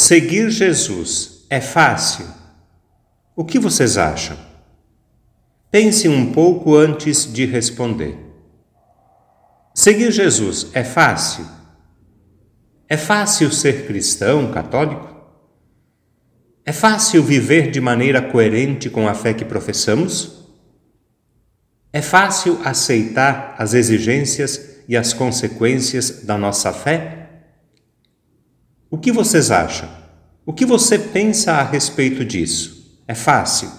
Seguir Jesus é fácil? O que vocês acham? Pense um pouco antes de responder. Seguir Jesus é fácil? É fácil ser cristão, católico? É fácil viver de maneira coerente com a fé que professamos? É fácil aceitar as exigências e as consequências da nossa fé? O que vocês acham? O que você pensa a respeito disso? É fácil?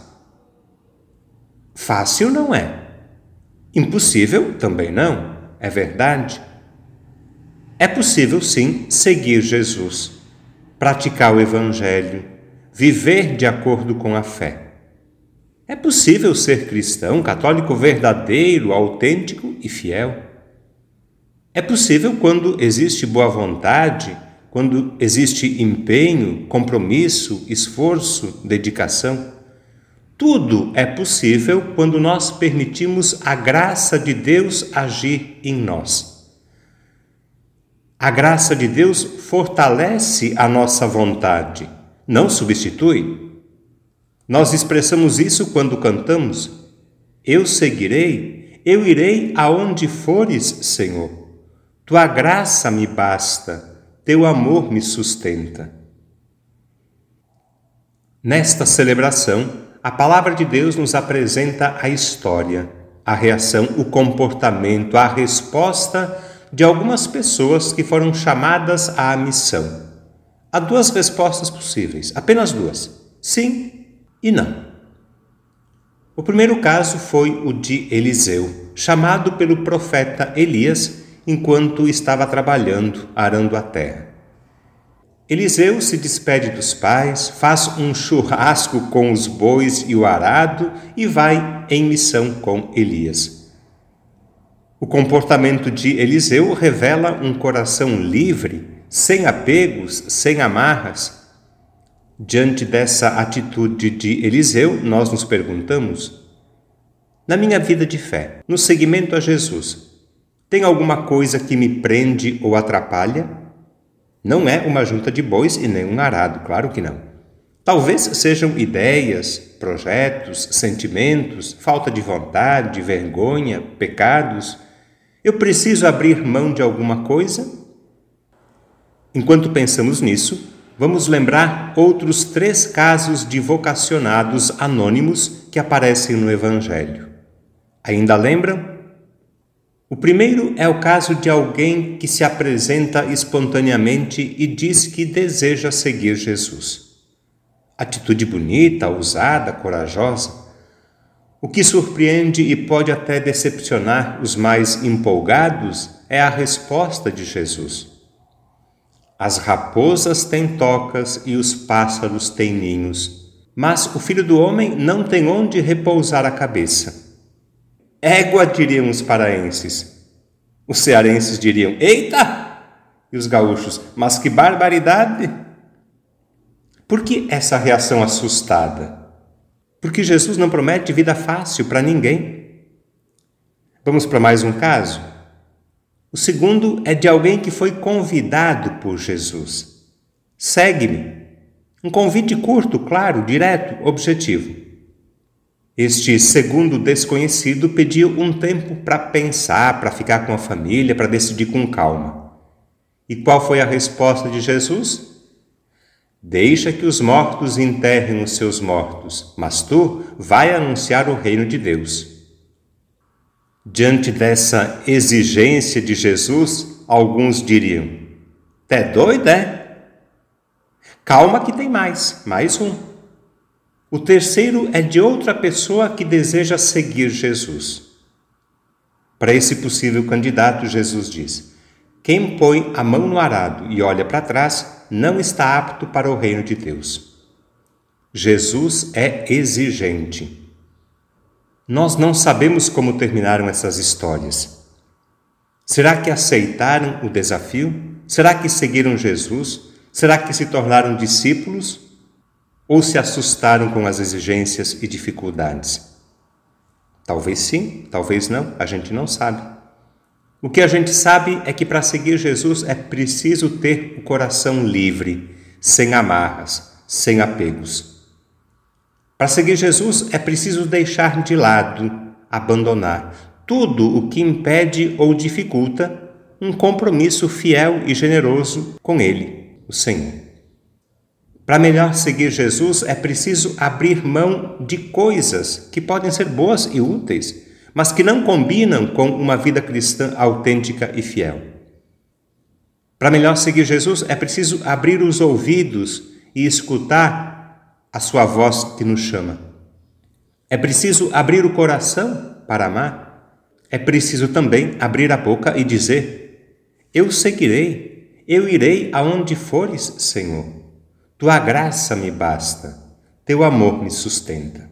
Fácil não é. Impossível também não, é verdade. É possível sim seguir Jesus, praticar o Evangelho, viver de acordo com a fé. É possível ser cristão, católico verdadeiro, autêntico e fiel. É possível quando existe boa vontade, quando existe empenho, compromisso, esforço, dedicação. Tudo é possível quando nós permitimos a graça de Deus agir em nós. A graça de Deus fortalece a nossa vontade, não substitui. Nós expressamos isso quando cantamos: Eu seguirei, eu irei aonde fores, Senhor. Tua graça me basta, teu amor me sustenta. Nesta celebração, a palavra de Deus nos apresenta a história, a reação, o comportamento, a resposta de algumas pessoas que foram chamadas à missão. Há duas respostas possíveis, apenas duas: sim e não. O primeiro caso foi o de Eliseu, chamado pelo profeta Elias enquanto estava trabalhando, arando a terra. Eliseu se despede dos pais, faz um churrasco com os bois e o arado e vai em missão com Elias. O comportamento de Eliseu revela um coração livre, sem apegos, sem amarras. Diante dessa atitude de Eliseu, nós nos perguntamos: na minha vida de fé, no seguimento a Jesus, tem alguma coisa que me prende ou atrapalha? Não é uma junta de bois e nem um arado, claro que não. Talvez sejam ideias, projetos, sentimentos, falta de vontade, vergonha, pecados. Eu preciso abrir mão de alguma coisa? Enquanto pensamos nisso, vamos lembrar outros 3 casos de vocacionados anônimos que aparecem no Evangelho. Ainda lembram? O primeiro é o caso de alguém que se apresenta espontaneamente e diz que deseja seguir Jesus. Atitude bonita, ousada, corajosa. O que surpreende e pode até decepcionar os mais empolgados é a resposta de Jesus. As raposas têm tocas e os pássaros têm ninhos, mas o Filho do Homem não tem onde repousar a cabeça. Égua, diriam os paraenses. Os cearenses diriam: eita! E os gaúchos: mas que barbaridade! Por que essa reação assustada? Porque Jesus não promete vida fácil para ninguém. Vamos para mais um caso? O segundo é de alguém que foi convidado por Jesus. Segue-me. Um convite curto, claro, direto, objetivo. Este segundo desconhecido pediu um tempo para pensar, para ficar com a família, para decidir com calma. E qual foi a resposta de Jesus? Deixa que os mortos enterrem os seus mortos, mas tu vai anunciar o reino de Deus. Diante dessa exigência de Jesus, alguns diriam: "Tá doido, é? Calma que tem mais um." O terceiro é de outra pessoa que deseja seguir Jesus. Para esse possível candidato, Jesus diz: quem põe a mão no arado e olha para trás não está apto para o reino de Deus. Jesus é exigente. Nós não sabemos como terminaram essas histórias. Será que aceitaram o desafio? Será que seguiram Jesus? Será que se tornaram discípulos? Ou se assustaram com as exigências e dificuldades? Talvez sim, talvez não, a gente não sabe. O que a gente sabe é que para seguir Jesus é preciso ter o coração livre, sem amarras, sem apegos. Para seguir Jesus é preciso deixar de lado, abandonar tudo o que impede ou dificulta um compromisso fiel e generoso com Ele, o Senhor. Para melhor seguir Jesus é preciso abrir mão de coisas que podem ser boas e úteis, mas que não combinam com uma vida cristã autêntica e fiel. Para melhor seguir Jesus é preciso abrir os ouvidos e escutar a sua voz que nos chama. É preciso abrir o coração para amar. É preciso também abrir a boca e dizer: eu seguirei, eu irei aonde fores, Senhor. Tua graça me basta, teu amor me sustenta.